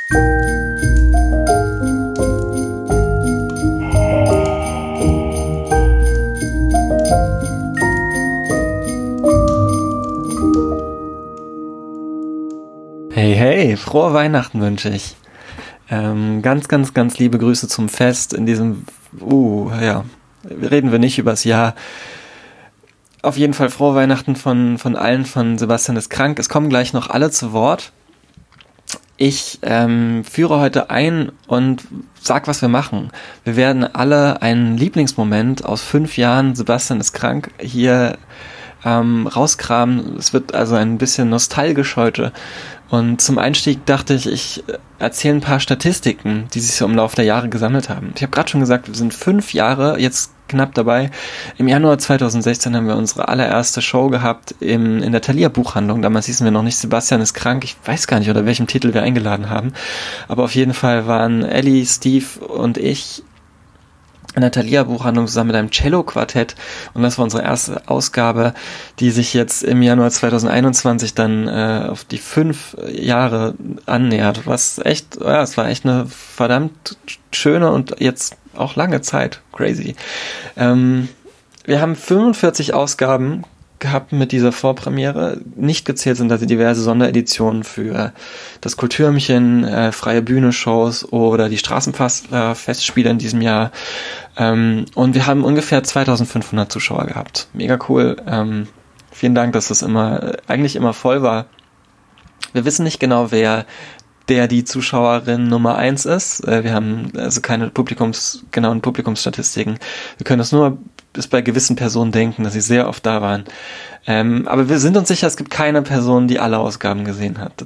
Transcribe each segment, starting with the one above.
Hey, frohe Weihnachten wünsche ich. Ganz, ganz, ganz liebe Grüße zum Fest in diesem, reden wir nicht übers Jahr. Auf jeden Fall frohe Weihnachten von allen, von Sebastian ist krank. Es kommen gleich noch alle zu Wort. Ich führe heute ein und sag, was wir machen. Wir werden alle einen Lieblingsmoment aus 5 Jahren Sebastian ist krank hier rauskramen. Es wird also ein bisschen nostalgisch heute. Und zum Einstieg dachte ich, ich erzähle ein paar Statistiken, die sich so im Laufe der Jahre gesammelt haben. Ich habe gerade schon gesagt, wir sind 5 Jahre jetzt knapp dabei. Im Januar 2016 haben wir unsere allererste Show gehabt in der Thalia Buchhandlung. Damals hießen wir noch nicht Sebastian ist krank. Ich weiß gar nicht, unter welchem Titel wir eingeladen haben. Aber auf jeden Fall waren Ellie, Steve und ich in der Thalia Buchhandlung zusammen mit einem Cello-Quartett, und das war unsere erste Ausgabe, die sich jetzt im Januar 2021 dann auf die 5 Jahre annähert, was echt, ja, es war echt eine verdammt schöne und jetzt auch lange Zeit, crazy. Wir haben 45 Ausgaben gehabt mit dieser Vorpremiere. Nicht gezählt sind also diverse Sondereditionen für das Kultürmchen, freie Bühne-Shows oder die Straßenfestspiele in diesem Jahr. Und wir haben ungefähr 2500 Zuschauer gehabt. Mega cool. Vielen Dank, dass das eigentlich immer voll war. Wir wissen nicht genau, wer die Zuschauerin Nummer 1 ist. Wir haben also keine genauen Publikumsstatistiken. Wir können das nur bis bei gewissen Personen denken, dass sie sehr oft da waren. Aber wir sind uns sicher, es gibt keine Person, die alle Ausgaben gesehen hat.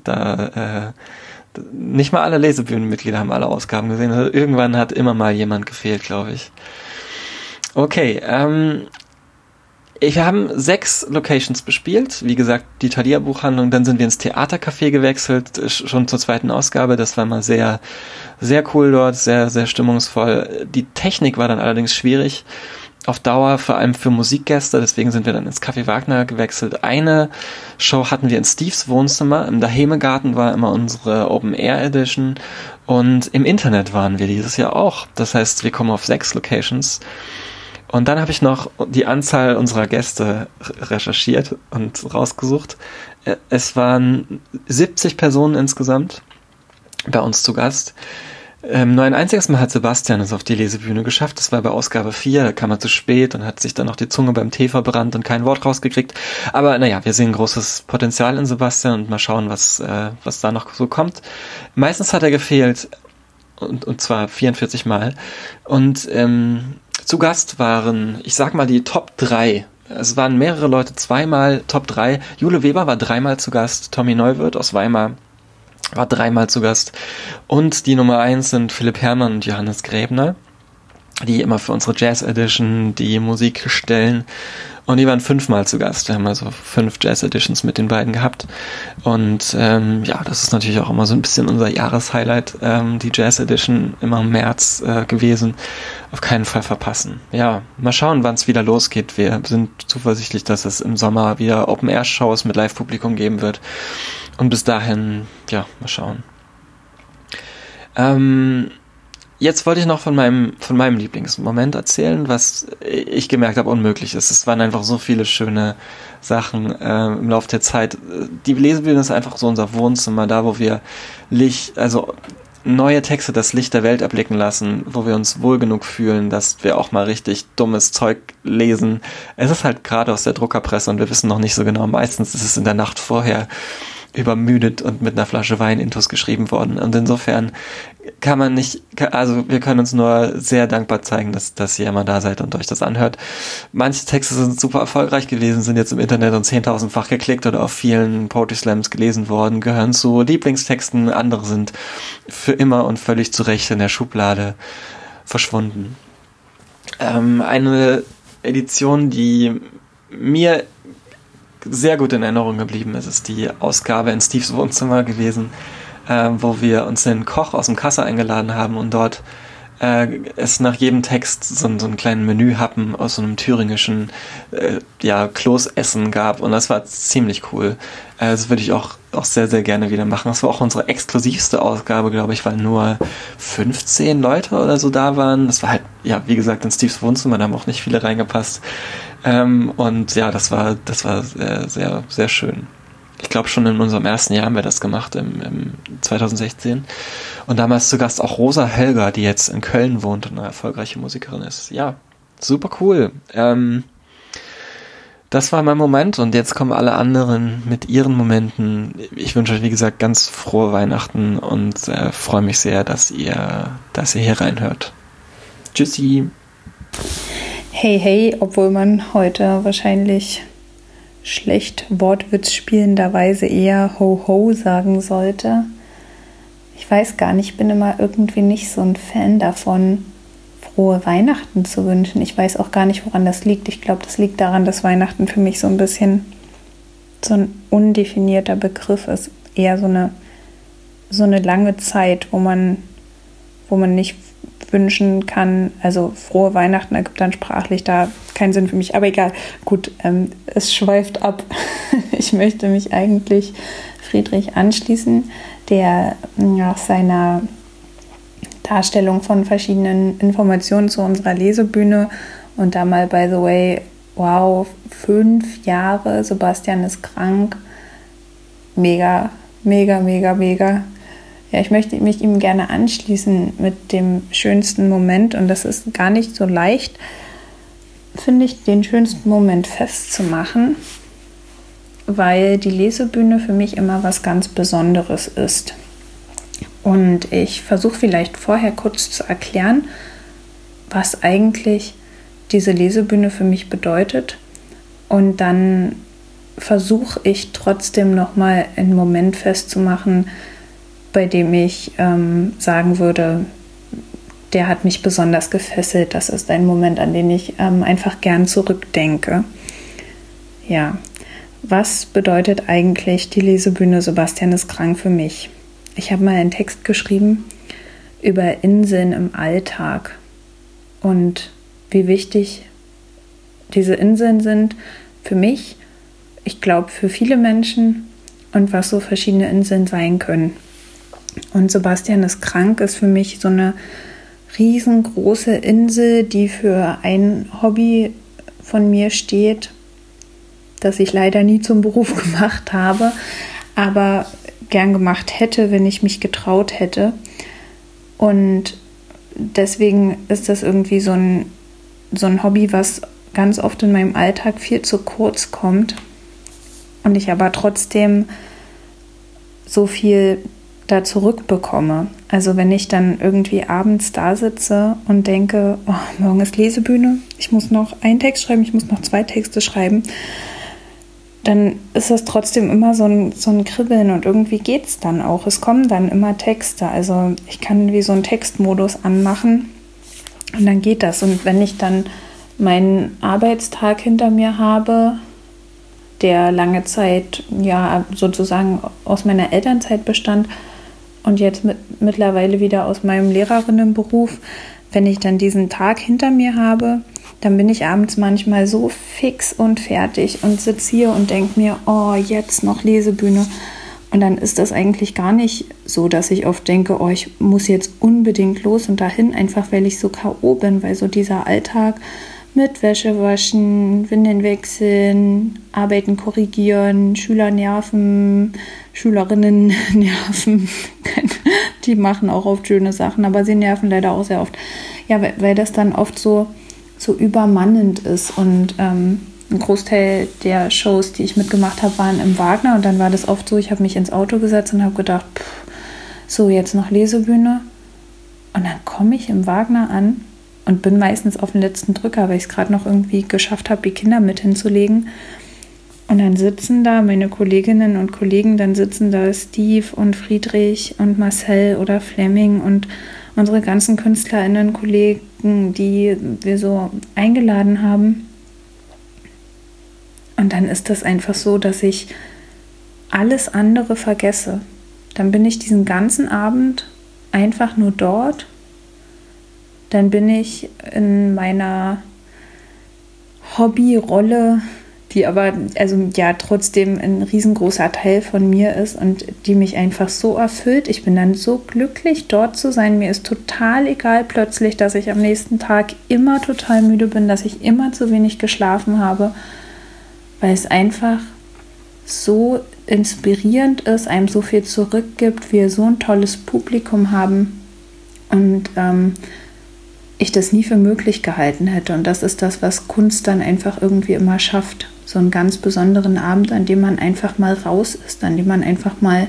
Nicht mal alle Lesebühnenmitglieder haben alle Ausgaben gesehen. Also irgendwann hat immer mal jemand gefehlt, glaube ich. Okay, wir haben 6 Locations bespielt. Wie gesagt, die Thalia Buchhandlung. Dann sind wir ins Theatercafé gewechselt, schon zur 2. Ausgabe. Das war mal sehr, sehr cool dort, sehr, sehr stimmungsvoll. Die Technik war dann allerdings schwierig auf Dauer, vor allem für Musikgäste. Deswegen sind wir dann ins Café Wagner gewechselt. Eine Show hatten wir in Steves Wohnzimmer. Im Dahemegarten war immer unsere Open Air Edition. Und im Internet waren wir dieses Jahr auch. Das heißt, wir kommen auf 6 Locations. Und dann habe ich noch die Anzahl unserer Gäste recherchiert und rausgesucht. Es waren 70 Personen insgesamt bei uns zu Gast. Nur ein einziges Mal hat Sebastian es auf die Lesebühne geschafft. Das war bei Ausgabe 4, da kam er zu spät und hat sich dann noch die Zunge beim Tee verbrannt und kein Wort rausgekriegt. Aber naja, wir sehen großes Potenzial in Sebastian und mal schauen, was da noch so kommt. Meistens hat er gefehlt, und zwar 44 Mal. Und zu Gast waren, ich sag mal, die Top 3. Es waren mehrere Leute, 2-mal Top 3. Jule Weber war 3-mal zu Gast. Tommy Neuwirth aus Weimar war 3-mal zu Gast. Und die Nummer 1 sind Philipp Herrmann und Johannes Gräbner, die immer für unsere Jazz Edition die Musik stellen. Und die waren 5-mal zu Gast. Wir haben also 5 Jazz Editions mit den beiden gehabt. Und das ist natürlich auch immer so ein bisschen unser Jahreshighlight, die Jazz Edition immer im März gewesen. Auf keinen Fall verpassen. Ja, mal schauen, wann es wieder losgeht. Wir sind zuversichtlich, dass es im Sommer wieder Open-Air-Shows mit Live-Publikum geben wird. Und bis dahin, ja, mal schauen. Jetzt wollte ich noch von meinem Lieblingsmoment erzählen, was ich gemerkt habe, unmöglich ist. Es waren einfach so viele schöne Sachen im Laufe der Zeit. Die Lesebühne ist einfach so unser Wohnzimmer, da wo wir neue Texte das Licht der Welt erblicken lassen, wo wir uns wohl genug fühlen, dass wir auch mal richtig dummes Zeug lesen. Es ist halt gerade aus der Druckerpresse und wir wissen noch nicht so genau. Meistens ist es in der Nacht vorher übermüdet und mit einer Flasche Wein intus geschrieben worden. Und insofern wir können uns nur sehr dankbar zeigen, dass ihr immer da seid und euch das anhört. Manche Texte sind super erfolgreich gewesen, sind jetzt im Internet und 10.000-fach geklickt oder auf vielen Poetry Slams gelesen worden, gehören zu Lieblingstexten. Andere sind für immer und völlig zu Recht in der Schublade verschwunden. Eine Edition, die mir sehr gut in Erinnerung geblieben ist die Ausgabe in Steves Wohnzimmer gewesen, wo wir uns den Koch aus dem Kasse eingeladen haben und dort es nach jedem Text so einen kleinen Menühappen aus so einem thüringischen Kloßessen gab und das war ziemlich cool. Das würde ich auch sehr, sehr gerne wieder machen. Das war auch unsere exklusivste Ausgabe, glaube ich, weil nur 15 Leute oder so da waren. Das war halt, ja, wie gesagt, in Steves Wohnzimmer, da haben auch nicht viele reingepasst. Und ja, das war sehr, sehr, sehr schön. Ich glaube, schon in unserem ersten Jahr haben wir das gemacht, im 2016. Und damals zu Gast auch Rosa Helga, die jetzt in Köln wohnt und eine erfolgreiche Musikerin ist. Ja, super cool. Das war mein Moment und jetzt kommen alle anderen mit ihren Momenten. Ich wünsche euch, wie gesagt, ganz frohe Weihnachten und freue mich sehr, dass ihr hier reinhört. Tschüssi. Hey, hey, obwohl man heute wahrscheinlich schlecht Wortwitz spielenderweise eher Ho-Ho sagen sollte. Ich weiß gar nicht, ich bin immer irgendwie nicht so ein Fan davon, frohe Weihnachten zu wünschen. Ich weiß auch gar nicht, woran das liegt. Ich glaube, das liegt daran, dass Weihnachten für mich so ein bisschen so ein undefinierter Begriff ist. Eher so eine lange Zeit, wo man nicht wünschen kann, also frohe Weihnachten ergibt dann sprachlich da keinen Sinn für mich, aber egal, gut, es schweift ab. Ich möchte mich eigentlich Friedrich anschließen, der nach seiner Darstellung von verschiedenen Informationen zu unserer Lesebühne und da mal, by the way, wow, 5 Jahre, Sebastian ist krank, mega, mega, mega, mega. Ja, ich möchte mich ihm gerne anschließen mit dem schönsten Moment und das ist gar nicht so leicht, finde ich, den schönsten Moment festzumachen, weil die Lesebühne für mich immer was ganz Besonderes ist. Und ich versuche vielleicht vorher kurz zu erklären, was eigentlich diese Lesebühne für mich bedeutet und dann versuche ich trotzdem nochmal einen Moment festzumachen, bei dem ich sagen würde, der hat mich besonders gefesselt. Das ist ein Moment, an den ich einfach gern zurückdenke. Ja, was bedeutet eigentlich die Lesebühne Sebastian ist krank für mich? Ich habe mal einen Text geschrieben über Inseln im Alltag und wie wichtig diese Inseln sind für mich, ich glaube für viele Menschen und was so verschiedene Inseln sein können. Und Sebastian ist krank ist für mich so eine riesengroße Insel, die für ein Hobby von mir steht, das ich leider nie zum Beruf gemacht habe, aber gern gemacht hätte, wenn ich mich getraut hätte. Und deswegen ist das irgendwie so ein Hobby, was ganz oft in meinem Alltag viel zu kurz kommt und ich aber trotzdem so viel da zurückbekomme. Also wenn ich dann irgendwie abends da sitze und denke, oh, morgen ist Lesebühne, ich muss noch einen Text schreiben, ich muss noch 2 Texte schreiben, dann ist das trotzdem immer so ein Kribbeln und irgendwie geht es dann auch. Es kommen dann immer Texte. Also ich kann wie so einen Textmodus anmachen und dann geht das. Und wenn ich dann meinen Arbeitstag hinter mir habe, der lange Zeit ja sozusagen aus meiner Elternzeit bestand und jetzt mittlerweile wieder aus meinem Lehrerinnenberuf, wenn ich dann diesen Tag hinter mir habe, dann bin ich abends manchmal so fix und fertig und sitze hier und denke mir, oh, jetzt noch Lesebühne. Und dann ist das eigentlich gar nicht so, dass ich oft denke, oh, ich muss jetzt unbedingt los und dahin, einfach weil ich so K.O. bin, weil so dieser Alltag mit Wäsche waschen, Windeln wechseln, Arbeiten korrigieren, Schüler nerven, Schülerinnen nerven. Die machen auch oft schöne Sachen, aber sie nerven leider auch sehr oft. Ja, weil das dann oft so übermannend ist. Und ein Großteil der Shows, die ich mitgemacht habe, waren im Wagner. Und dann war das oft so, ich habe mich ins Auto gesetzt und habe gedacht, so jetzt noch Lesebühne. Und dann komme ich im Wagner an und bin meistens auf den letzten Drücker, weil ich es gerade noch irgendwie geschafft habe, die Kinder mit hinzulegen. Und dann sitzen da meine Kolleginnen und Kollegen, dann sitzen da Steve und Friedrich und Marcel oder Fleming und unsere ganzen KünstlerInnen, Kollegen, die wir so eingeladen haben. Und dann ist das einfach so, dass ich alles andere vergesse. Dann bin ich diesen ganzen Abend einfach nur dort dann bin ich in meiner Hobbyrolle, die aber trotzdem ein riesengroßer Teil von mir ist und die mich einfach so erfüllt. Ich bin dann so glücklich, dort zu sein. Mir ist total egal plötzlich, dass ich am nächsten Tag immer total müde bin, dass ich immer zu wenig geschlafen habe, weil es einfach so inspirierend ist, einem so viel zurückgibt, wir so ein tolles Publikum haben und ich das nie für möglich gehalten hätte. Und das ist das, was Kunst dann einfach irgendwie immer schafft. So einen ganz besonderen Abend, an dem man einfach mal raus ist, an dem man einfach mal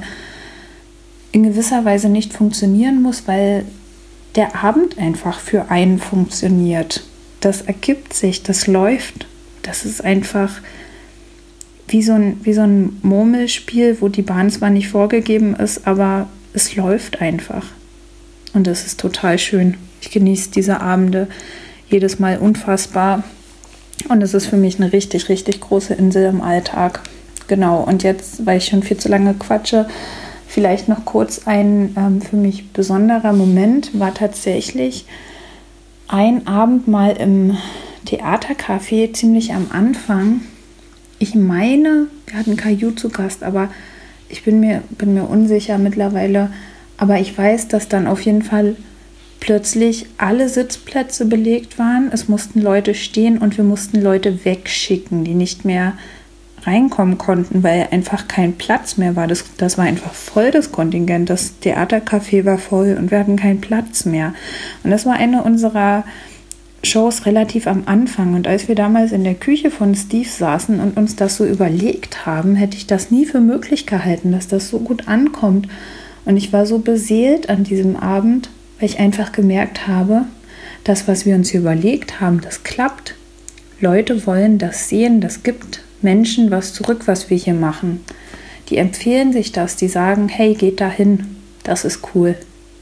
in gewisser Weise nicht funktionieren muss, weil der Abend einfach für einen funktioniert. Das ergibt sich, das läuft. Das ist einfach wie so ein Murmelspiel, wo die Bahn zwar nicht vorgegeben ist, aber es läuft einfach. Und das ist total schön. Ich genieße diese Abende jedes Mal unfassbar. Und es ist für mich eine richtig, richtig große Insel im Alltag. Genau, und jetzt, weil ich schon viel zu lange quatsche, vielleicht noch kurz ein für mich besonderer Moment war tatsächlich ein Abend mal im Theatercafé, ziemlich am Anfang. Ich meine, wir hatten Caillou zu Gast, aber ich bin mir unsicher mittlerweile. Aber ich weiß, dass dann auf jeden Fall plötzlich alle Sitzplätze belegt waren. Es mussten Leute stehen und wir mussten Leute wegschicken, die nicht mehr reinkommen konnten, weil einfach kein Platz mehr war. Das war einfach voll, das Kontingent. Das Theatercafé war voll und wir hatten keinen Platz mehr. Und das war eine unserer Shows relativ am Anfang. Und als wir damals in der Küche von Steve saßen und uns das so überlegt haben, hätte ich das nie für möglich gehalten, dass das so gut ankommt. Und ich war so beseelt an diesem Abend, weil ich einfach gemerkt habe, das, was wir uns hier überlegt haben, das klappt. Leute wollen das sehen, das gibt Menschen was zurück, was wir hier machen. Die empfehlen sich das, die sagen, hey, geht da hin, das ist cool.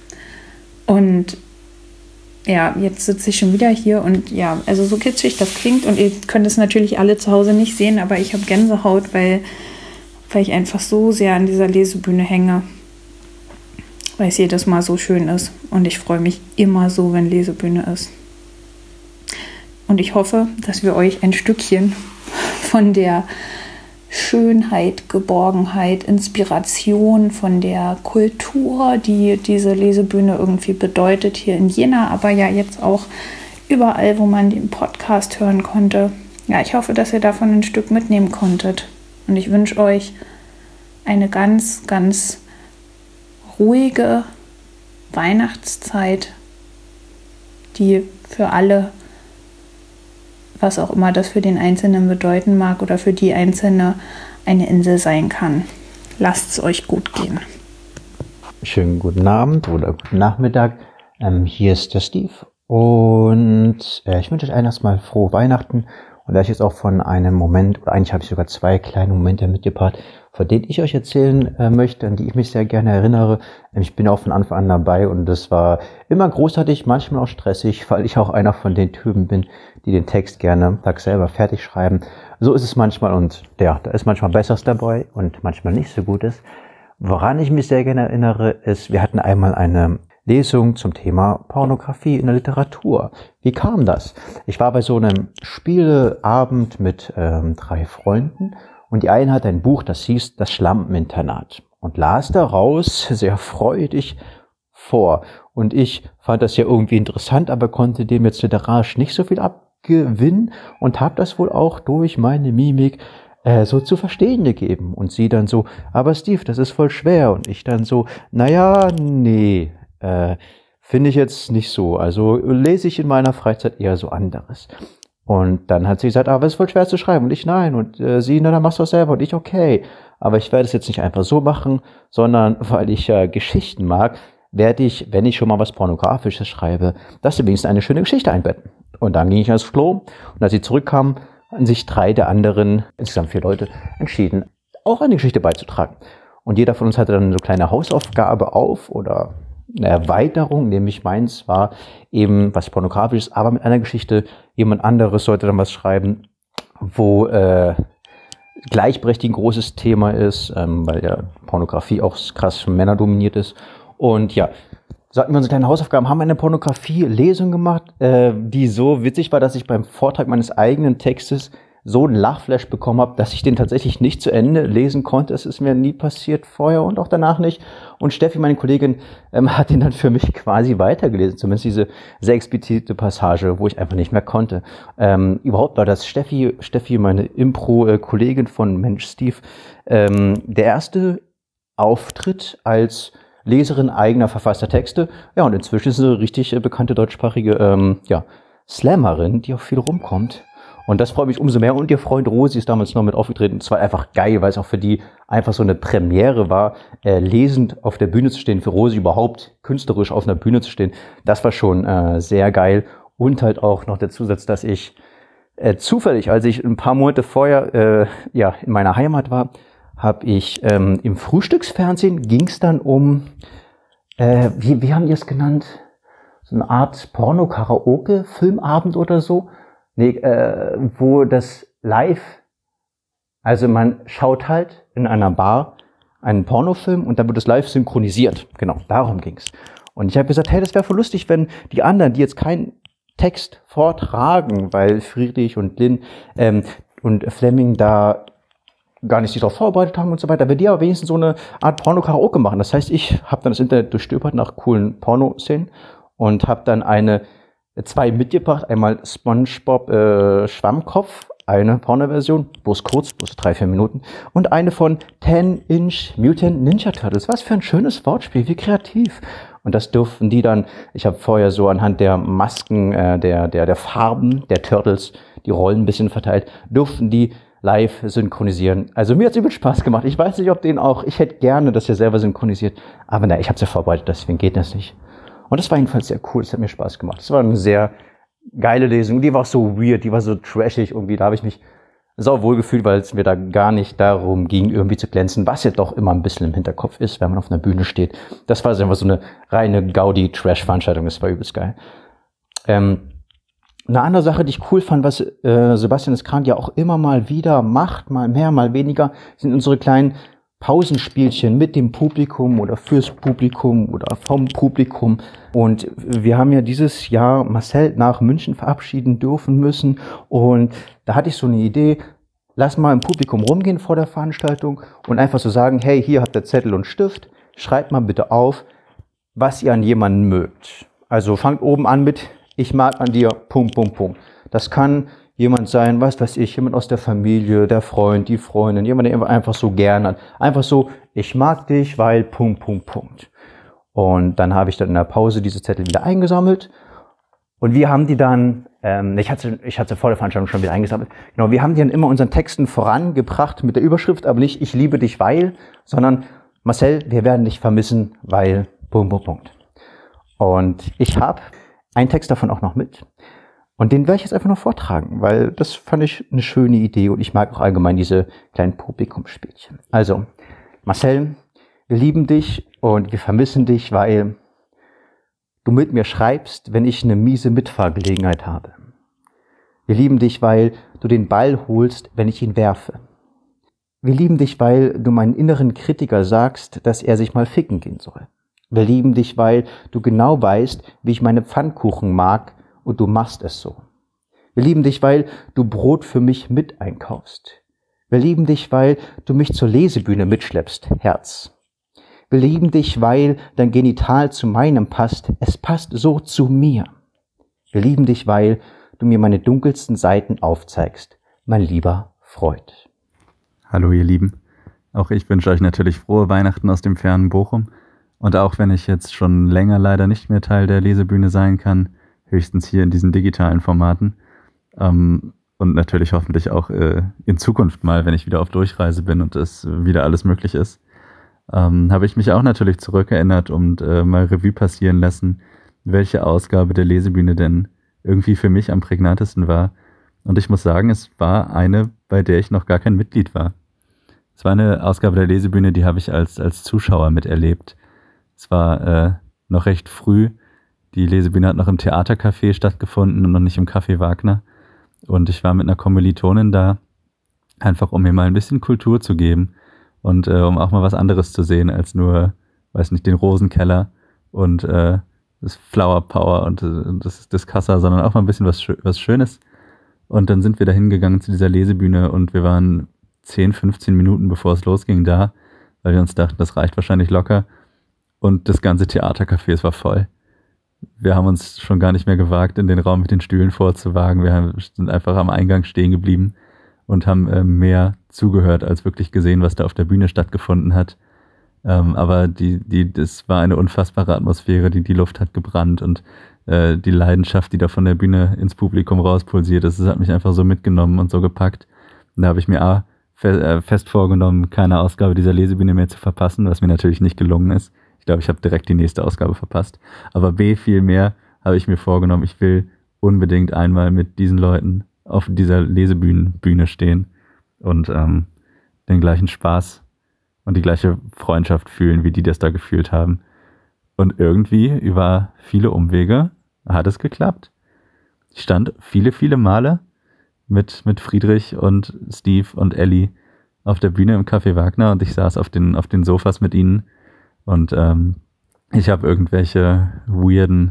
Und ja, jetzt sitze ich schon wieder hier und ja, also so kitschig das klingt und ihr könnt es natürlich alle zu Hause nicht sehen, aber ich habe Gänsehaut, weil ich einfach so sehr an dieser Lesebühne hänge. Weil es jedes Mal so schön ist. Und ich freue mich immer so, wenn Lesebühne ist. Und ich hoffe, dass wir euch ein Stückchen von der Schönheit, Geborgenheit, Inspiration, von der Kultur, die diese Lesebühne irgendwie bedeutet, hier in Jena, aber ja jetzt auch überall, wo man den Podcast hören konnte. Ja, ich hoffe, dass ihr davon ein Stück mitnehmen konntet. Und ich wünsche euch eine ganz, ganz ruhige Weihnachtszeit, die für alle, was auch immer das für den Einzelnen bedeuten mag oder für die Einzelne eine Insel sein kann. Lasst es euch gut gehen. Schönen guten Abend oder guten Nachmittag. Hier ist der Steve und ich wünsche euch allen erstmal frohe Weihnachten. Und da ich jetzt auch von einem Moment, oder eigentlich habe ich sogar 2 kleine Momente mitgebracht, von denen ich euch erzählen möchte, an die ich mich sehr gerne erinnere. Ich bin auch von Anfang an dabei und das war immer großartig, manchmal auch stressig, weil ich auch einer von den Typen bin, die den Text gerne Tag selber fertig schreiben. So ist es manchmal und ja, da ist manchmal Besseres dabei und manchmal nicht so Gutes. Woran ich mich sehr gerne erinnere, ist, wir hatten einmal eine Lesung zum Thema Pornografie in der Literatur. Wie kam das? Ich war bei so einem Spieleabend mit 3 Freunden und die eine hat ein Buch, das hieß Das Schlampeninternat und las daraus sehr freudig vor. Und ich fand das ja irgendwie interessant, aber konnte dem jetzt literarisch nicht so viel abgewinnen und habe das wohl auch durch meine Mimik so zu verstehen gegeben. Und sie dann so, aber Steve, das ist voll schwer. Und ich dann so, naja, nee. Finde ich jetzt nicht so. Also lese ich in meiner Freizeit eher so anderes. Und dann hat sie gesagt, aber es ist voll schwer zu schreiben. Und ich, nein. Und sie, na, dann machst du das selber. Und ich, okay. Aber ich werde es jetzt nicht einfach so machen, sondern weil ich Geschichten mag, werde ich, wenn ich schon mal was Pornografisches schreibe, das wenigstens eine schöne Geschichte einbetten. Und dann ging ich ans Klo. Und als sie zurückkam, haben sich 3 der anderen, insgesamt 4 Leute, entschieden, auch eine Geschichte beizutragen. Und jeder von uns hatte dann so eine kleine Hausaufgabe oder eine Erweiterung, nämlich meins war eben was Pornografisches, aber mit einer Geschichte. Jemand anderes sollte dann was schreiben, wo Gleichberechtigung ein großes Thema ist, weil ja Pornografie auch krass von Männern dominiert ist. Und ja, so hatten wir unsere kleinen Hausaufgaben, haben eine Pornografie-Lesung gemacht, die so witzig war, dass ich beim Vortrag meines eigenen Textes so einen Lachflash bekommen habe, dass ich den tatsächlich nicht zu Ende lesen konnte. Es ist mir nie passiert vorher und auch danach nicht. Und Steffi, meine Kollegin, hat den dann für mich quasi weitergelesen. Zumindest diese sehr explizite Passage, wo ich einfach nicht mehr konnte. Überhaupt war das Steffi, meine Impro-Kollegin von Mensch Steve, der erste Auftritt als Leserin eigener verfasster Texte. Ja, und inzwischen ist sie eine richtig bekannte deutschsprachige Slammerin, die auch viel rumkommt. Und das freut mich umso mehr. Und ihr Freund Rosi ist damals noch mit aufgetreten. Es war einfach geil, weil es auch für die einfach so eine Premiere war, lesend auf der Bühne zu stehen, für Rosi überhaupt künstlerisch auf einer Bühne zu stehen. Das war schon sehr geil. Und halt auch noch der Zusatz, dass ich zufällig, als ich ein paar Monate vorher in meiner Heimat war, habe ich im Frühstücksfernsehen ging es dann um, wie haben die es genannt? So eine Art Porno-Karaoke-Filmabend oder so. Nee, wo das live, also man schaut halt in einer Bar einen Pornofilm und dann wird es live synchronisiert. Genau, darum ging's. Und ich habe gesagt, hey, das wäre voll lustig, wenn die anderen, die jetzt keinen Text vortragen, weil Friedrich und Lynn und Fleming da gar nicht sich darauf vorbereitet haben und so weiter, wenn die aber wenigstens so eine Art Porno-Karaoke machen. Das heißt, ich habe dann das Internet durchstöbert nach coolen Pornoszenen und habe dann zwei mitgebracht, einmal SpongeBob Schwammkopf, eine Porno-Version, bloß kurz, bloß 3-4 Minuten, und eine von 10-Inch Mutant Ninja Turtles. Was für ein schönes Wortspiel, wie kreativ. Und das durften die dann, ich habe vorher so anhand der Masken, der Farben der Turtles, die Rollen ein bisschen verteilt, durften die live synchronisieren. Also mir hat es übel Spaß gemacht. Ich weiß nicht, ob denen auch, ich hätte gerne das ja selber synchronisiert, aber ich habe es ja vorbereitet, deswegen geht das nicht. Und das war jedenfalls sehr cool, das hat mir Spaß gemacht. Das war eine sehr geile Lesung, die war auch so weird, die war so trashig irgendwie, da habe ich mich sau wohl gefühlt, weil es mir da gar nicht darum ging, irgendwie zu glänzen, was ja doch immer ein bisschen im Hinterkopf ist, wenn man auf einer Bühne steht. Das war einfach so eine reine Gaudi-Trash-Veranstaltung, das war übelst geil. Eine andere Sache, die ich cool fand, was Sebastian Eskan ja auch immer mal wieder macht, mal mehr, mal weniger, sind unsere kleinen Pausenspielchen mit dem Publikum oder fürs Publikum oder vom Publikum. Und wir haben ja dieses Jahr Marcel nach München verabschieden dürfen müssen. Und da hatte ich so eine Idee, lass mal im Publikum rumgehen vor der Veranstaltung und einfach so sagen, hey, hier habt ihr Zettel und Stift, schreibt mal bitte auf, was ihr an jemanden mögt. Also fangt oben an mit, ich mag an dir, Punkt, Punkt, Punkt. Das kann jemand sein, was weiß ich, jemand aus der Familie, der Freund, die Freundin, jemand, der einfach so gern hat. Einfach so, ich mag dich, weil Punkt, Punkt, Punkt. Und dann habe ich dann in der Pause diese Zettel wieder eingesammelt. Und wir haben die dann, ich hatte vor der Veranstaltung schon wieder eingesammelt. Genau, wir haben die dann immer unseren Texten vorangebracht mit der Überschrift, aber nicht, ich liebe dich, weil, sondern Marcel, wir werden dich vermissen, weil Punkt, Punkt, Punkt. Und ich habe einen Text davon auch noch mit. Und den werde ich jetzt einfach noch vortragen, weil das fand ich eine schöne Idee und ich mag auch allgemein diese kleinen Publikumsspielchen. Also, Marcel, wir lieben dich und wir vermissen dich, weil du mit mir schreibst, wenn ich eine miese Mitfahrgelegenheit habe. Wir lieben dich, weil du den Ball holst, wenn ich ihn werfe. Wir lieben dich, weil du meinen inneren Kritiker sagst, dass er sich mal ficken gehen soll. Wir lieben dich, weil du genau weißt, wie ich meine Pfannkuchen mag, und du machst es so. Wir lieben dich, weil du Brot für mich mit einkaufst. Wir lieben dich, weil du mich zur Lesebühne mitschleppst, Herz. Wir lieben dich, weil dein Genital zu meinem passt. Es passt so zu mir. Wir lieben dich, weil du mir meine dunkelsten Seiten aufzeigst, mein lieber Freund. Hallo ihr Lieben. Auch ich wünsche euch natürlich frohe Weihnachten aus dem fernen Bochum. Und auch wenn ich jetzt schon länger leider nicht mehr Teil der Lesebühne sein kann, höchstens hier in diesen digitalen Formaten und natürlich hoffentlich auch in Zukunft mal, wenn ich wieder auf Durchreise bin und es wieder alles möglich ist, habe ich mich auch natürlich zurückerinnert und mal Revue passieren lassen, welche Ausgabe der Lesebühne denn irgendwie für mich am prägnantesten war. Und ich muss sagen, es war eine, bei der ich noch gar kein Mitglied war. Es war eine Ausgabe der Lesebühne, die habe ich als Zuschauer miterlebt. Es war noch recht früh. Die Lesebühne hat noch im Theatercafé stattgefunden und noch nicht im Café Wagner. Und ich war mit einer Kommilitonin da, einfach um mir mal ein bisschen Kultur zu geben und um auch mal was anderes zu sehen als nur, weiß nicht, den Rosenkeller und das Flower Power und das Kassa, sondern auch mal ein bisschen was Schönes. Und dann sind wir da hingegangen zu dieser Lesebühne und wir waren 10, 15 Minuten bevor es losging da, weil wir uns dachten, das reicht wahrscheinlich locker. Und das ganze Theatercafé, es war voll. Wir haben uns schon gar nicht mehr gewagt, in den Raum mit den Stühlen vorzuwagen. Wir sind einfach am Eingang stehen geblieben und haben mehr zugehört, als wirklich gesehen, was da auf der Bühne stattgefunden hat. Aber das war eine unfassbare Atmosphäre, die Luft hat gebrannt und die Leidenschaft, die da von der Bühne ins Publikum rauspulsiert ist, das hat mich einfach so mitgenommen und so gepackt. Und da habe ich mir fest vorgenommen, keine Ausgabe dieser Lesebühne mehr zu verpassen, was mir natürlich nicht gelungen ist. Ich glaube, ich habe direkt die nächste Ausgabe verpasst. Aber viel mehr habe ich mir vorgenommen, ich will unbedingt einmal mit diesen Leuten auf dieser Lesebühne stehen und den gleichen Spaß und die gleiche Freundschaft fühlen, wie die das da gefühlt haben. Und irgendwie über viele Umwege hat es geklappt. Ich stand viele, viele Male mit Friedrich und Steve und Ellie auf der Bühne im Café Wagner und ich saß auf den Sofas mit ihnen und ich habe irgendwelche weirden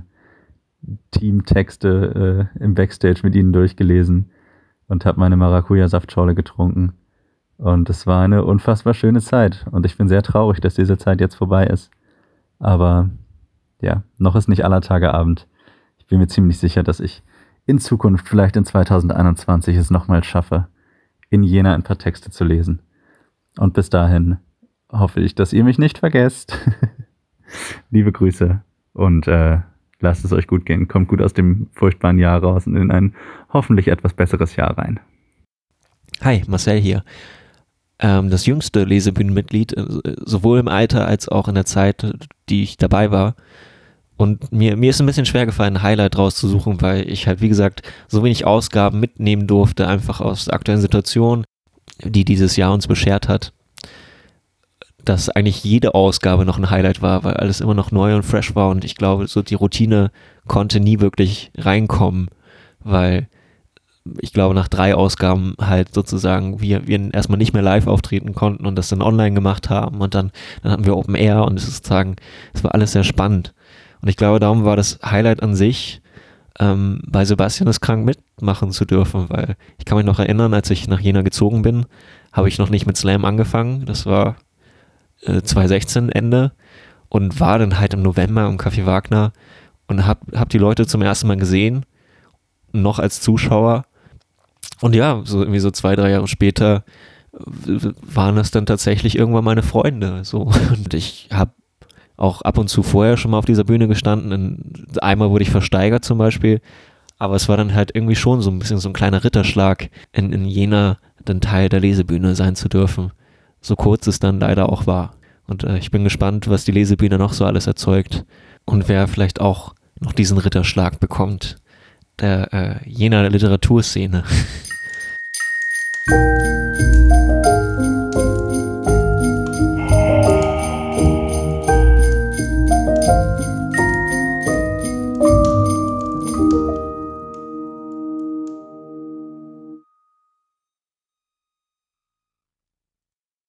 Teamtexte im Backstage mit ihnen durchgelesen und habe meine Maracuja-Saftschorle getrunken. Und es war eine unfassbar schöne Zeit. Und ich bin sehr traurig, dass diese Zeit jetzt vorbei ist. Aber ja, noch ist nicht aller Tage Abend. Ich bin mir ziemlich sicher, dass ich in Zukunft, vielleicht in 2021, es nochmal schaffe, in Jena ein paar Texte zu lesen. Und bis dahin hoffe ich, dass ihr mich nicht vergesst. Liebe Grüße und lasst es euch gut gehen. Kommt gut aus dem furchtbaren Jahr raus und in ein hoffentlich etwas besseres Jahr rein. Hi, Marcel hier. Das jüngste Lesebühnenmitglied, sowohl im Alter als auch in der Zeit, die ich dabei war. Und mir ist ein bisschen schwer gefallen, ein Highlight rauszusuchen, weil ich halt, wie gesagt, so wenig Ausgaben mitnehmen durfte, einfach aus der aktuellen Situation, die dieses Jahr uns beschert hat, dass eigentlich jede Ausgabe noch ein Highlight war, weil alles immer noch neu und fresh war und ich glaube, so die Routine konnte nie wirklich reinkommen, weil ich glaube, nach 3 Ausgaben halt sozusagen wir erstmal nicht mehr live auftreten konnten und das dann online gemacht haben und dann hatten wir Open Air und es war alles sehr spannend. Und ich glaube, darum war das Highlight an sich, bei Sebastian ist krank mitmachen zu dürfen, weil ich kann mich noch erinnern, als ich nach Jena gezogen bin, habe ich noch nicht mit Slam angefangen, das war 2016 Ende und war dann halt im November im Café Wagner und hab die Leute zum ersten Mal gesehen, noch als Zuschauer. Und ja, so irgendwie so 2-3 Jahre später waren das dann tatsächlich irgendwann meine Freunde. So. Und ich habe auch ab und zu vorher schon mal auf dieser Bühne gestanden. Einmal wurde ich versteigert zum Beispiel. Aber es war dann halt irgendwie schon so ein bisschen so ein kleiner Ritterschlag, in Jena dann Teil der Lesebühne sein zu dürfen. So kurz es dann leider auch war. Und ich bin gespannt, was die Lesebühne noch so alles erzeugt. Und wer vielleicht auch noch diesen Ritterschlag bekommt. Der Jener Literaturszene.